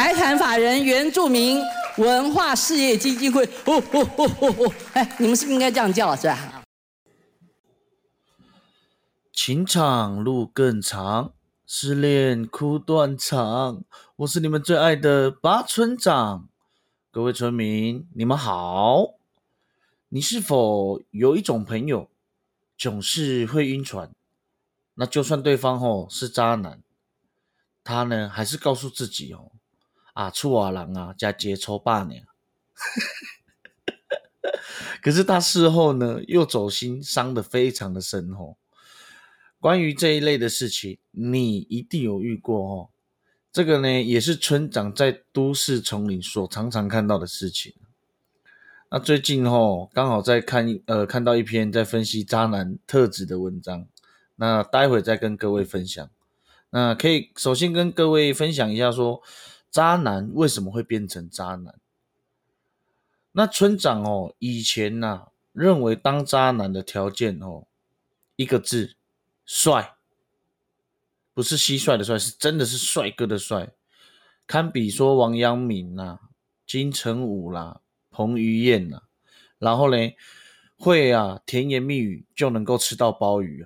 财产法人原住民文化事业基金会。哎，你们是不是应该这样叫是吧？ 情场路更长，失恋哭断肠。我是你们最爱的八村长。各位村民，你们好。你是否有一种朋友总是会晕船？那就算对方是渣男，他呢还是告诉自己厝啊人啊加节抽霸呢。可是他事后呢又走心，伤得非常的深关于这一类的事情，你一定有遇过这个呢也是村长在都市丛林所常常看到的事情。那最近刚好在看到一篇在分析渣男特质的文章，那待会再跟各位分享。那可以首先跟各位分享一下说，渣男为什么会变成渣男？那村长以前认为当渣男的条件一个字，帅。不是蟋蟀的帅，是真的是帅哥的帅，堪比说王阳明金城武彭于晏然后呢会甜言蜜语就能够吃到鲍鱼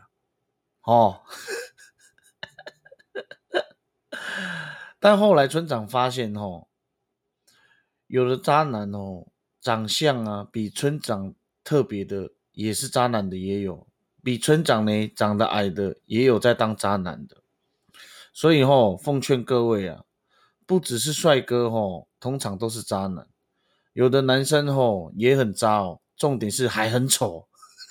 但后来村长发现有的渣男长相比村长特别的也是渣男的也有，比村长呢长得矮的也有在当渣男的。所以奉劝各位不只是帅哥通常都是渣男，有的男生也很渣重点是还很丑。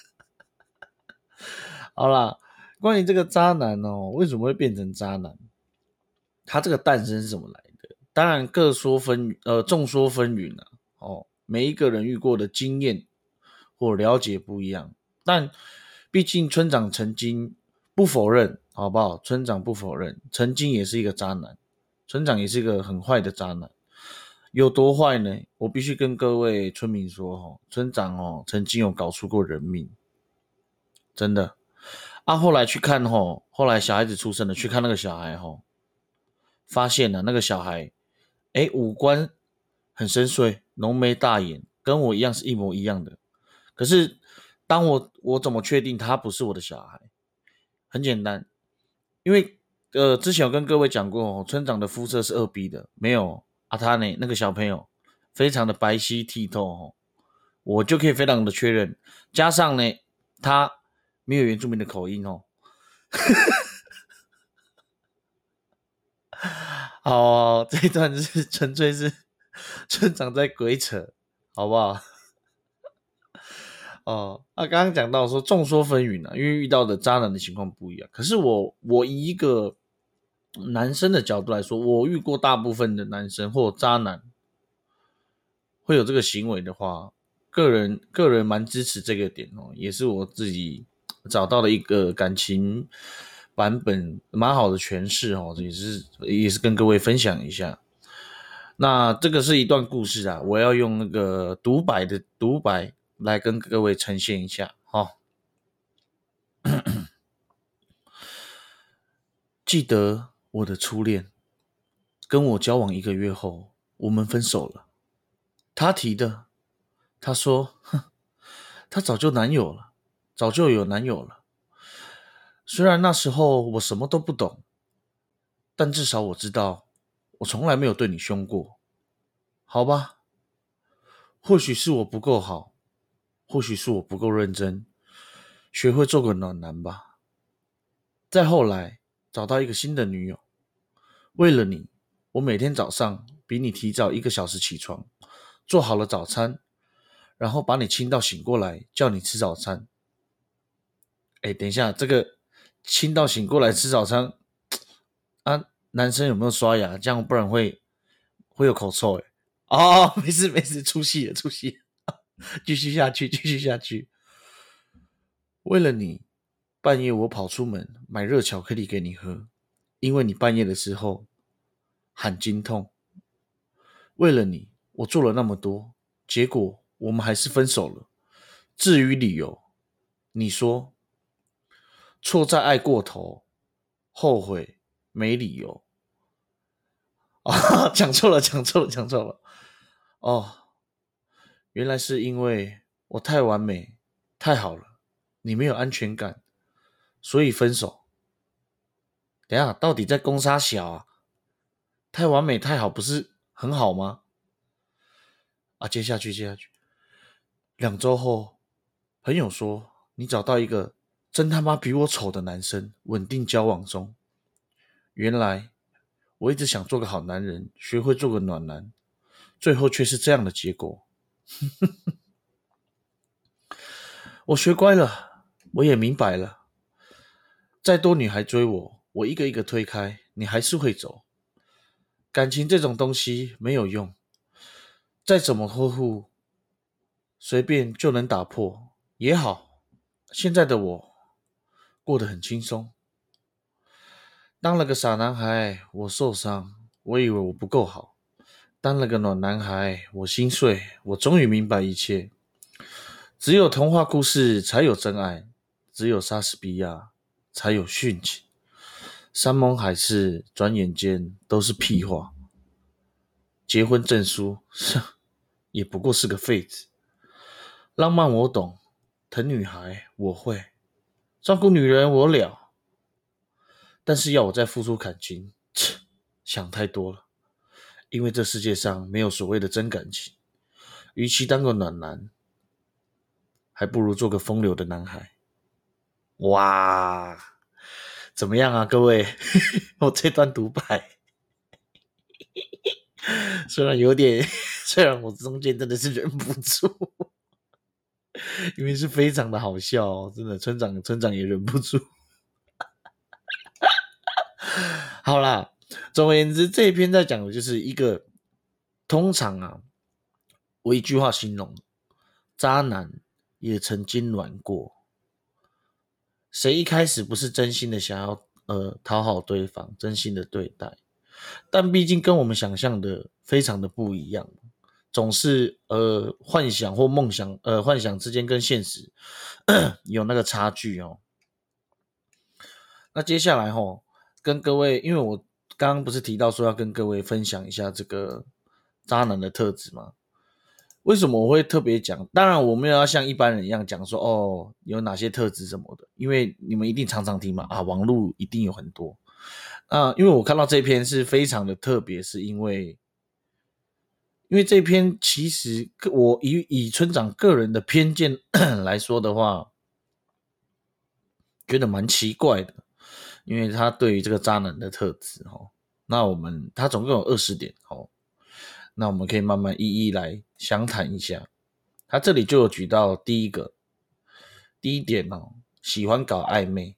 好啦，关于这个渣男为什么会变成渣男？他这个诞生是怎么来的？当然众说纷纭每一个人遇过的经验或了解不一样，但毕竟村长曾经不否认，好不好？村长不否认，曾经也是一个渣男，村长也是一个很坏的渣男。有多坏呢？我必须跟各位村民说村长曾经有搞出过人命，真的。后来去看后来小孩子出生了，去看那个小孩发现那个小孩五官很深邃，浓眉大眼，跟我一样是一模一样的。可是当我怎么确定他不是我的小孩？很简单，因为之前有跟各位讲过村长的肤色是2B 的，没有他呢那个小朋友非常的白皙剔透我就可以非常的确认，加上呢他没有原住民的口音好这一段是纯粹是村长在鬼扯，好不好？刚刚讲到说众说纷纭因为遇到的渣男的情况不一样。可是我以一个男生的角度来说，我遇过大部分的男生或渣男会有这个行为的话，个人蛮支持这个点也是我自己找到了一个感情版本蛮好的诠释也是跟各位分享一下。那这个是一段故事我要用那个独白来跟各位呈现一下记得我的初恋，跟我交往1个月后，我们分手了。他提的，他说，他早就有男友了。虽然那时候我什么都不懂，但至少我知道，我从来没有对你凶过。好吧，或许是我不够好，或许是我不够认真，学会做个暖男吧。再后来找到一个新的女友，为了你，我每天早上比你提早1个小时起床，做好了早餐，然后把你亲到醒过来，叫你吃早餐。等一下，这个亲到醒过来吃早餐男生有没有刷牙？这样不然会有口臭没事，出戏了，继续下去。为了你，半夜我跑出门买热巧克力给你喝，因为你半夜的时候喊经痛。为了你，我做了那么多，结果我们还是分手了。至于理由，你说错在爱过头，后悔没理由。 啊，讲错了。哦，原来是因为我太完美，太好了，你没有安全感，所以分手。等一下，到底在攻杀小啊？太完美太好不是很好吗？啊，接下去。2周后，朋友说你找到一个真他妈比我丑的男生，稳定交往中。原来我一直想做个好男人，学会做个暖男，最后却是这样的结果。我学乖了，我也明白了，再多女孩追我，我一个一个推开，你还是会走。感情这种东西没有用，再怎么呵护，随便就能打破也好。现在的我过得很轻松。当了个傻男孩，我受伤，我以为我不够好。当了个暖男孩，我心碎，我终于明白一切。只有童话故事才有真爱，只有莎士比亚才有殉情。山盟海誓，转眼间都是屁话。结婚证书，也不过是个废纸。浪漫我懂，疼女孩我会，照顾女人我了。但是要我再付出感情，想太多了。因为这世界上没有所谓的真感情，与其当个暖男，还不如做个风流的男孩。哇，怎么样啊，各位？我这段独白虽然有点，虽然我中间真的是忍不住，因为是非常的好笑哦，真的，村长也忍不住。好啦，总而言之，这一篇在讲的就是一个，通常啊，我一句话形容，渣男也曾经暖过。谁一开始不是真心的想要讨好对方，真心的对待？但毕竟跟我们想象的非常的不一样，总是幻想或梦想幻想之间跟现实有那个差距哦。那接下来跟各位，因为我刚刚不是提到说要跟各位分享一下这个渣男的特质吗？为什么我会特别讲？当然我没有要像一般人一样讲说有哪些特质什么的，因为你们一定常常听嘛，网络一定有很多。因为我看到这篇是非常的特别，是因为这篇其实我以村长个人的偏见来说的话，觉得蛮奇怪的，因为他对于这个渣男的特质那他总共有20点那我们可以慢慢一一来详谈一下。他这里就有举到第一点喜欢搞暧昧。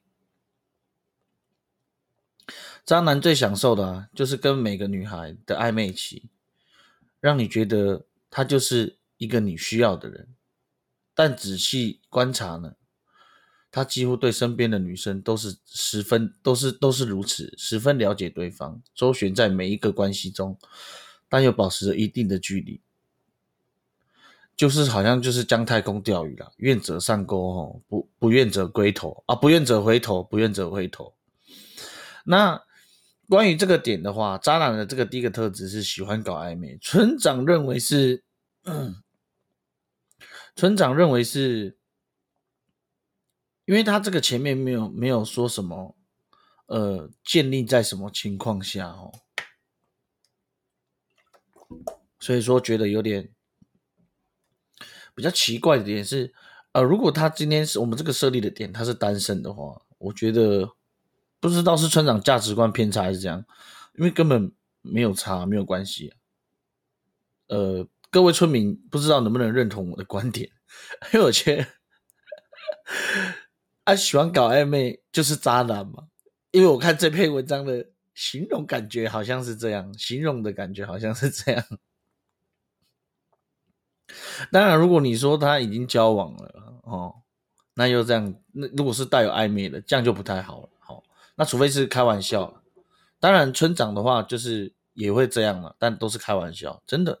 渣男最享受的就是跟每个女孩的暧昧期，让你觉得他就是一个你需要的人。但仔细观察呢，他几乎对身边的女生都是如此，十分了解对方，周旋在每一个关系中，但又保持着一定的距离。就是好像就是姜太公钓鱼啦，愿者上钩不愿者归头啊，不愿者回头。那关于这个点的话，渣男的这个第一个特质是喜欢搞暧昧。村长认为是因为他这个前面没有说什么建立在什么情况下所以说觉得有点比较奇怪的点是如果他今天是我们这个设立的点他是单身的话，我觉得不知道是村长价值观偏差还是怎样，因为根本没有差，没有关系各位村民不知道能不能认同我的观点，因为我觉得喜欢搞暧昧就是渣男嘛，因为我看这篇文章的形容感觉好像是这样，当然如果你说他已经交往了那又这样，那如果是带有暧昧的，这样就不太好了那除非是开玩笑，当然村长的话就是也会这样了，但都是开玩笑，真的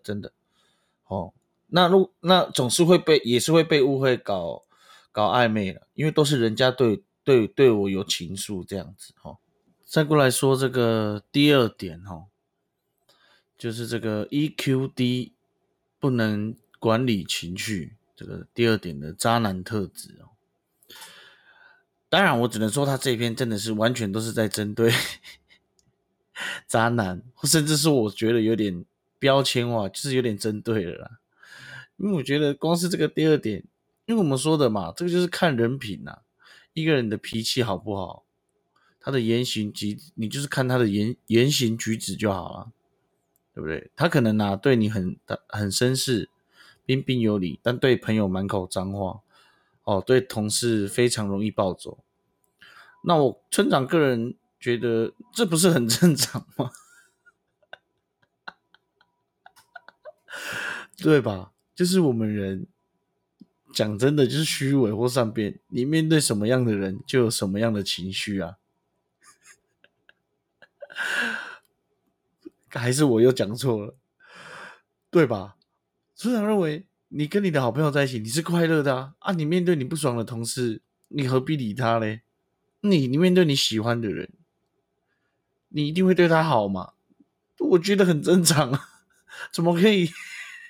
那总是也是会被误会搞暧昧了，因为都是人家对我有情愫这样子再过来说这个第二点就是这个 EQ 低，不能管理情绪，这个第二点的渣男特质哦。当然，我只能说他这篇真的是完全都是在针对渣男，甚至是我觉得有点标签化，就是有点针对了啦。因为我觉得光是这个第二点，因为我们说的嘛，这个就是看人品呐、一个人的脾气好不好，他的言行举止，你就是看他的言行举止就好了，对不对？他可能对你很绅士，彬彬有礼，但对朋友满口脏话，哦，对同事非常容易暴走。那我村长个人觉得这不是很正常吗？对吧？就是我们人讲真的就是虚伪或善变，你面对什么样的人就有什么样的情绪啊。还是我又讲错了，对吧？村长认为你跟你的好朋友在一起，你是快乐的你面对你不爽的同事，你何必理他嘞？你面对你喜欢的人，你一定会对他好嘛？我觉得很正常啊，怎么可以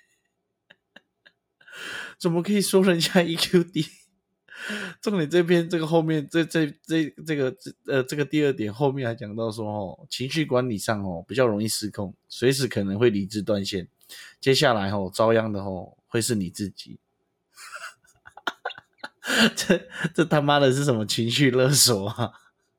说人家 EQ 低？重点这篇这个后面这个第二点后面还讲到说情绪管理上比较容易失控，随时可能会理智断线。接下来遭殃的会是你自己。这他妈的是什么情绪勒索啊？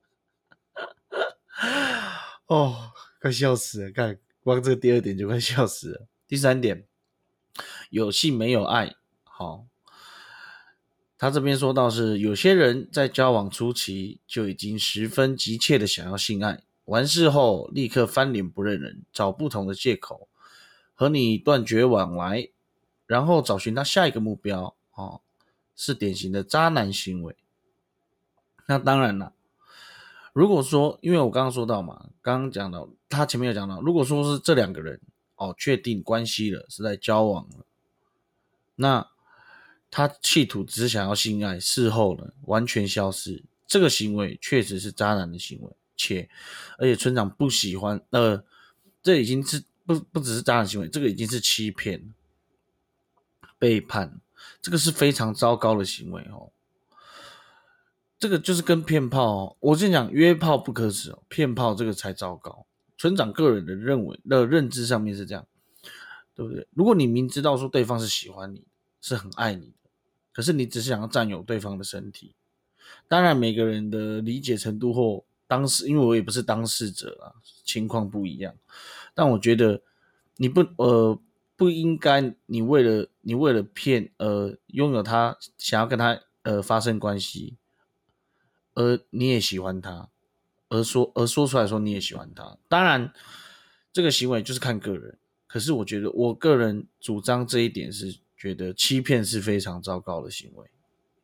哦，快笑死了！看光这个第二点就快笑死了。第三点，有性没有爱。好，他这边说到是有些人在交往初期就已经十分急切的想要性爱，完事后立刻翻脸不认人，找不同的借口和你断绝往来，然后找寻他下一个目标是典型的渣男行为。那当然了，如果说因为我刚刚说到嘛，刚刚讲到他前面有讲到，如果说是这两个人确定关系了，是在交往了，那他企图只是想要性爱，事后呢完全消失，这个行为确实是渣男的行为，而且村长不喜欢，这已经是不只是渣男行为，这个已经是欺骗、背叛，这个是非常糟糕的行为这个就是跟骗炮我先讲约炮不可耻骗炮这个才糟糕。村长个人的认知上面是这样，对不对？如果你明知道说对方是喜欢你，是很爱你的，可是你只是想要占有对方的身体，当然每个人的理解程度或因为我也不是当事者啊，情况不一样，但我觉得你不应该你为了骗拥有他想要跟他发生关系，而你也喜欢他，而说出来说你也喜欢他，当然这个行为就是看个人，可是我觉得我个人主张这一点是觉得欺骗是非常糟糕的行为。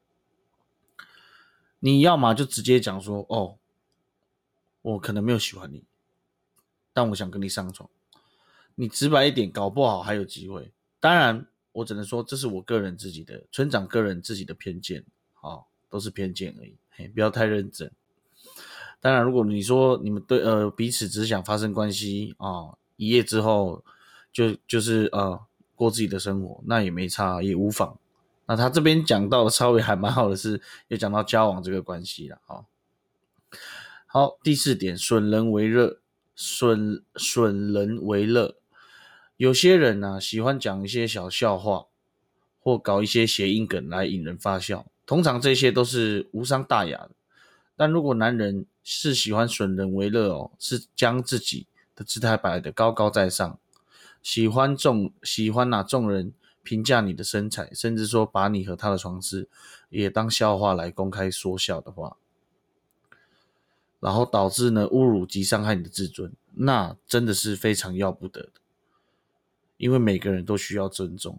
你要嘛就直接讲说我可能没有喜欢你，但我想跟你上床，你直白一点，搞不好还有机会。当然我只能说这是我个人自己的村长个人自己的偏见都是偏见而已，不要太认真。当然如果你说你们彼此只是想发生关系一夜之后就是过自己的生活，那也没差，也无妨。那他这边讲到的稍微还蛮好的是有讲到交往这个关系啦好，第四点，损人为乐。有些人喜欢讲一些小笑话，或搞一些谐音梗来引人发笑，通常这些都是无伤大雅的。但如果男人是喜欢损人为乐是将自己的姿态摆得高高在上，喜欢众人评价你的身材，甚至说把你和他的床事也当笑话来公开说笑的话，然后导致呢侮辱及伤害你的自尊，那真的是非常要不得的。因为每个人都需要尊重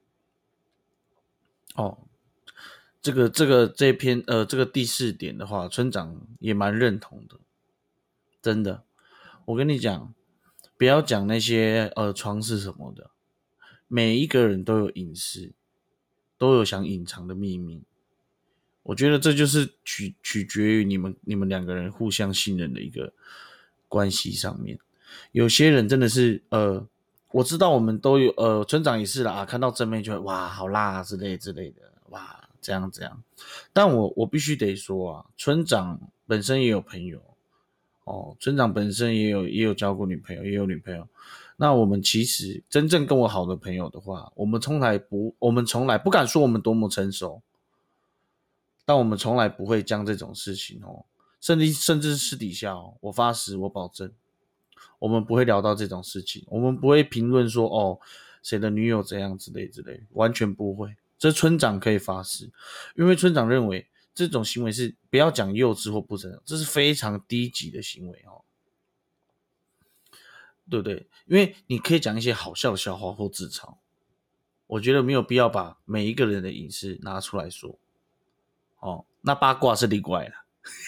这篇这个第四点的话，村长也蛮认同的，真的。我跟你讲，不要讲那些床事什么的，每一个人都有隐私，都有想隐藏的秘密。我觉得这就是取决于你们两个人互相信任的一个关系上面。有些人真的是我知道我们都有村长也是啦，看到正妹就会哇好辣之类之类的，哇这样，但我必须得说啊，村长本身也有朋友哦，村长本身也有交过女朋友，也有女朋友。那我们其实真正跟我好的朋友的话，我们从来不敢说我们多么成熟，但我们从来不会将这种事情哦，甚至是私底下哦，我发誓，我保证，我们不会聊到这种事情，我们不会评论说哦谁的女友怎样之类，完全不会。这村长可以发誓，因为村长认为这种行为是不要讲幼稚或不成熟，这是非常低级的行为哦，对不对？因为你可以讲一些好笑的笑话或自嘲，我觉得没有必要把每一个人的隐私拿出来说哦。那八卦是例外了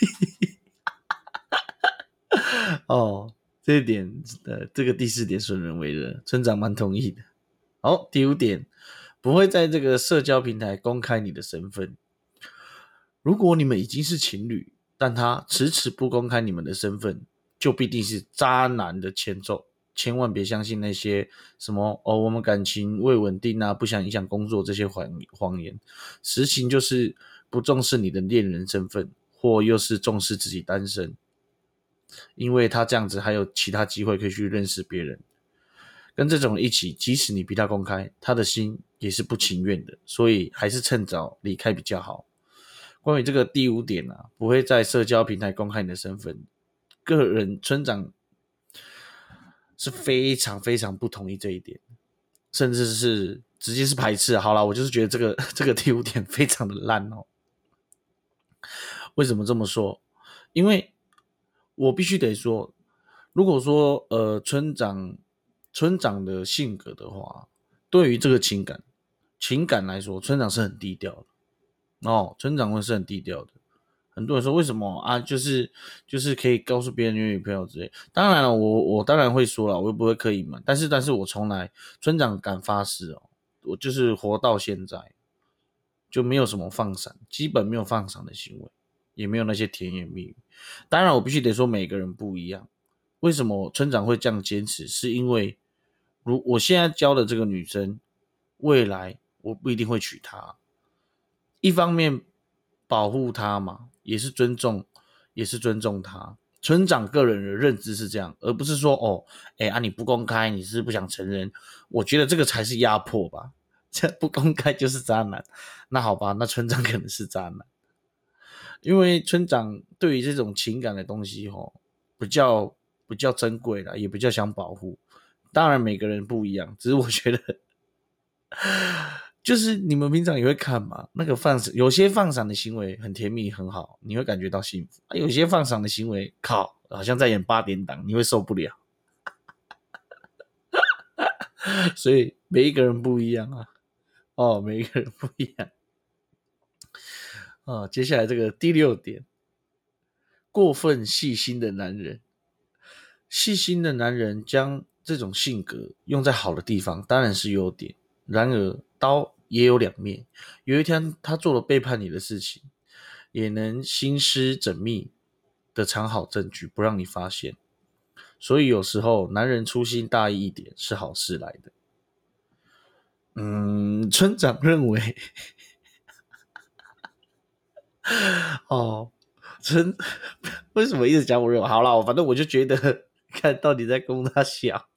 哦。这一点这个第4点损人为乐，村长蛮同意的。好，第5点，不会在这个社交平台公开你的身份。如果你们已经是情侣，但他迟迟不公开你们的身份，就必定是渣男的前奏。千万别相信那些什么哦，我们感情未稳定啊，不想影响工作这些谎言。实情就是不重视你的恋人身份，或又是重视自己单身，因为他这样子还有其他机会可以去认识别人。跟这种人一起，即使你逼他公开，他的心也是不情愿的，所以还是趁早离开比较好。关于这个第5点啊，不会在社交平台公开你的身份，个人村长是非常非常不同意这一点，甚至是直接是排斥。好啦，我就是觉得这个第5点非常的烂哦。为什么这么说？因为我必须得说，如果说村长的性格的话，对于这个情感来说，村长是很低调的哦，村长会是很低调的。很多人说为什么啊？就是可以告诉别人女朋友之类。当然了，我当然会说了，我又不会刻意瞒。但是我从来村长敢发誓哦，我就是活到现在就没有什么放闪，基本没有放闪的行为，也没有那些甜言蜜语。当然，我必须得说每个人不一样。为什么村长会这样坚持？是因为我现在教的这个女生，未来我不一定会娶她。一方面保护她嘛，也是尊重她。村长个人的认知是这样，而不是说哦，你不公开，你是不想承认。我觉得这个才是压迫吧。这不公开就是渣男，那好吧，那村长可能是渣男，因为村长对于这种情感的东西比较珍贵啦，也比较想保护。当然每个人不一样，只是我觉得就是你们平常也会看嘛，那个有些放闪的行为很甜蜜很好，你会感觉到幸福，有些放闪的行为靠好像在演8点档，你会受不了。所以每一个人不一样啊，每一个人不一样。接下来这个第6点，过分细心的男人。细心的男人将这种性格用在好的地方，当然是优点。然而刀也有2面，有一天他做了背叛你的事情，也能心思缜密的藏好证据，不让你发现。所以有时候男人粗心大意一点是好事来的。村长认为为什么一直讲我认为？好啦，反正我就觉得看到底在供他笑。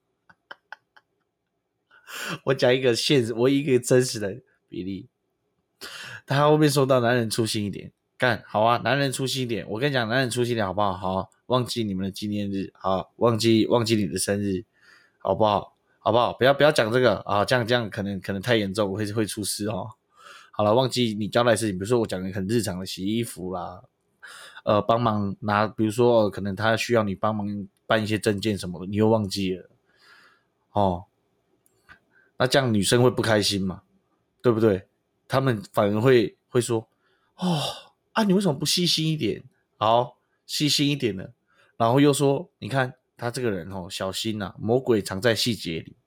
我讲一个我以一个真实的比例。他后面说到男人粗心一点，干好啊，男人粗心一点。我跟你讲，男人粗心一点好不好？好，忘记你们的纪念日，好，忘记你的生日，好不好？好不好？不要讲这个啊，这样可能太严重，会出事哦。好了，忘记你交代的事情，比如说我讲的很日常的洗衣服啦，帮忙拿，比如说可能他需要你帮忙办一些证件什么的，你又忘记了哦。那这样女生会不开心嘛？对不对？他们反而会说，你为什么不细心一点？好，细心一点呢，然后又说，你看他这个人小心啊，魔鬼藏在细节里。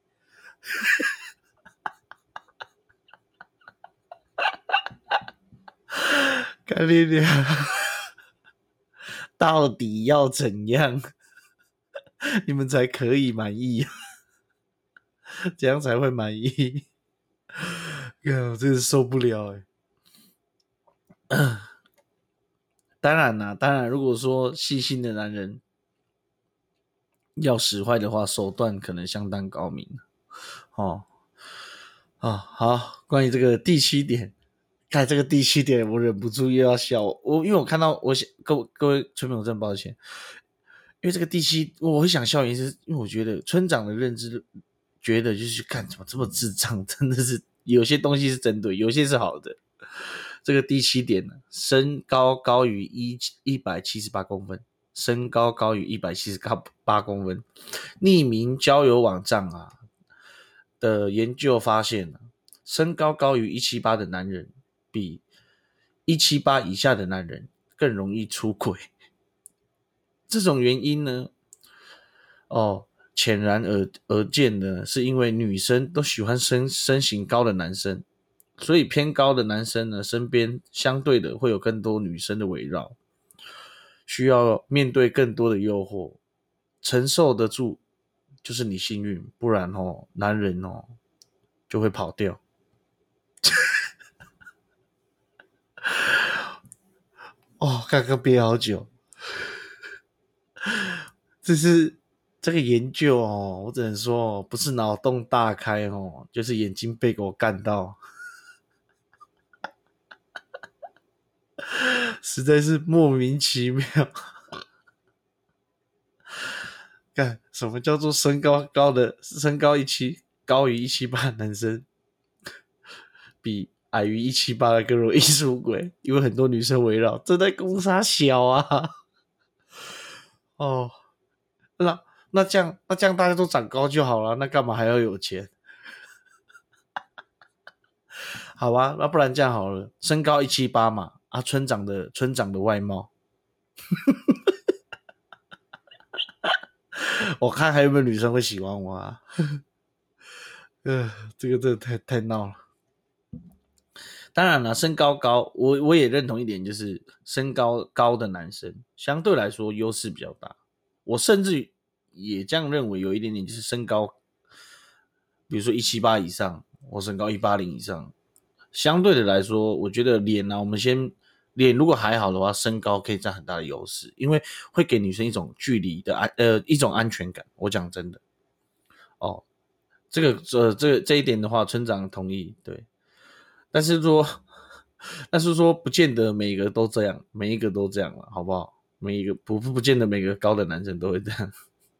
干你娘！到底要怎样，你们才可以满意？ 这样才会满意。我真是受不了当然啦，当然，如果说细心的男人要使坏的话，手段可能相当高明。好，关于这个第7点，看这个第7点，我忍不住又要笑。因为我看到，各位村民，我真的抱歉，因为这个第7，我会想笑，原因是因为我觉得村长的认知，觉得就是干什么这么智障，真的是有些东西是针对，有些是好的。这个第7点呢，身高高于178公分，身高高于178公分，匿名交友网站的研究发现身高高于178的男人比178以下的男人更容易出轨。这种原因呢，显然而见的是因为女生都喜欢身形高的男生，所以偏高的男生呢，身边相对的会有更多女生的围绕，需要面对更多的诱惑，承受得住就是你幸运，不然男人就会跑掉。刚刚憋好久，这个研究我只能说不是脑洞大开就是眼睛被我干到。实在是莫名其妙。干什么叫做身高高于178的男生比矮于178的更容易出轨？因为很多女生围绕，这在攻杀小啊。那这样大家都长高就好了，那干嘛还要有钱？好吧，那不然这样好了，身高178嘛，村长的外貌。我看还有没有女生会喜欢我啊？这个真的太闹了。当然了，身高高，我也认同一点，就是身高高的男生相对来说优势比较大。我甚至也这样认为，有一点点就是身高，比如说178以上，我身高180以上，相对的来说，我觉得脸我们脸如果还好的话，身高可以占很大的优势，因为会给女生一种距离的一种安全感。我讲真的，这一点的话，村长同意，对。但是说不见得每一个都这样，每一个都这样了，好不好？每一个不见得每个高的男生都会这样。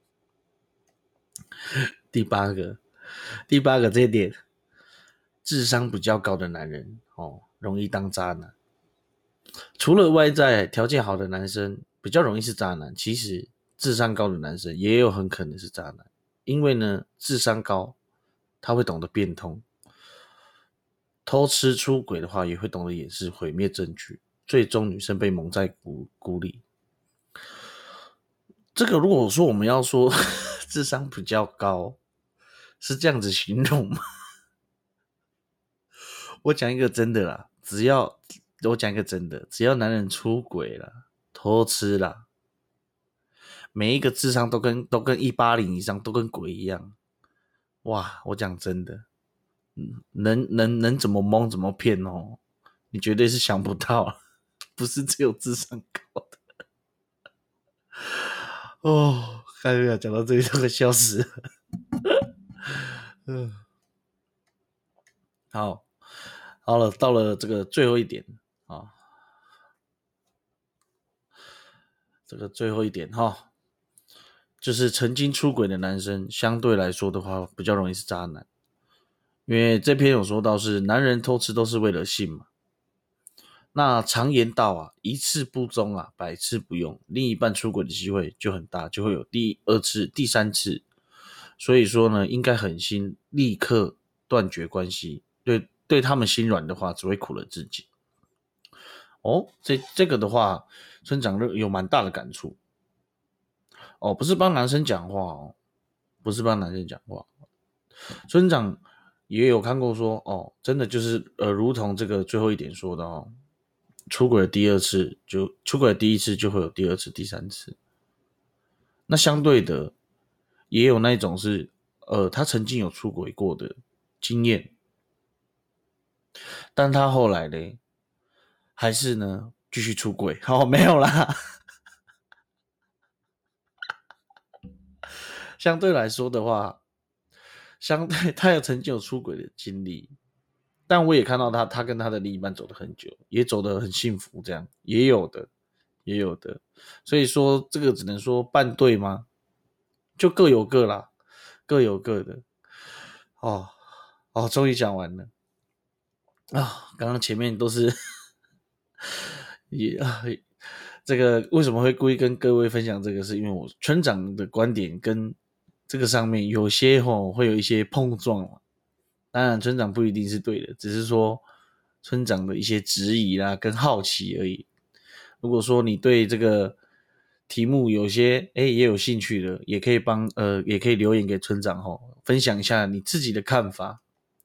第八个这一点，智商比较高的男人容易当渣男。除了外在条件好的男生比较容易是渣男，其实智商高的男生也有很可能是渣男，因为呢，智商高，他会懂得变通。偷吃出轨的话，也会懂得掩饰毁灭证据，最终女生被蒙在鼓里。这个如果说我们要说智商比较高，是这样子形容吗？我讲一个真的啦，只要男人出轨了、偷吃啦，每一个智商都跟180以上都跟鬼一样。哇，我讲真的。能怎么蒙怎么骗你绝对是想不到，不是只有智商高的。看不了，讲到这里都快笑死了。好了，到了这个最后一点这个最后一点就是曾经出轨的男生相对来说的话比较容易是渣男。因为这篇有说到是男人偷吃都是为了性嘛，那常言道一次不忠百次不用，另一半出轨的机会就很大，就会有第2次、第3次，所以说呢，应该狠心立刻断绝关系，对他们心软的话，只会苦了自己。这个的话，村长有蛮大的感触。不是帮男生讲话村长也有看过说真的就是如同这个最后一点说的出轨的第1次就会有第2次、第3次。那相对的也有那种是他曾经有出轨过的经验，但他后来呢，还是呢继续出轨。没有啦。相对来说的话，相对他有曾经有出轨的经历，但我也看到他跟他的另一半走得很久，也走得很幸福，这样也有的。所以说这个只能说半对吗？就各有各啦，各有各的。终于讲完了刚刚前面都是这个为什么会故意跟各位分享这个，是因为我村长的观点跟这个上面有些会有一些碰撞嘛。当然村长不一定是对的，只是说村长的一些质疑啦跟好奇而已。如果说你对这个题目有些也有兴趣的，也可以留言给村长分享一下你自己的看法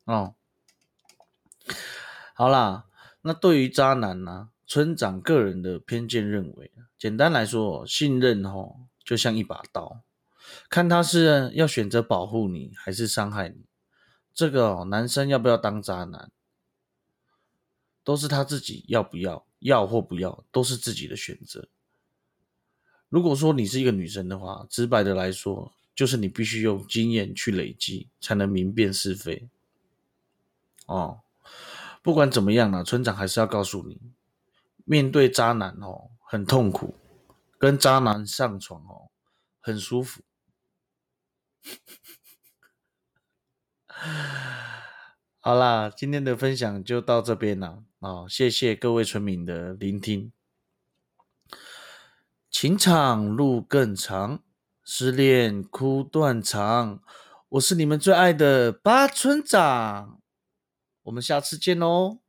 好啦，那对于渣男呢，村长个人的偏见认为，简单来说，信任就像一把刀，看他是要选择保护你还是伤害你。这个男生要不要当渣男，都是他自己要不要，要或不要，都是自己的选择。如果说你是一个女生的话，直白的来说，就是你必须用经验去累积，才能明辨是非。不管怎么样啦，村长还是要告诉你，面对渣男很痛苦，跟渣男上床很舒服。好啦，今天的分享就到这边啦。谢谢各位村民的聆听。情场路更长，失恋哭断肠。我是你们最爱的八村长，我们下次见喽。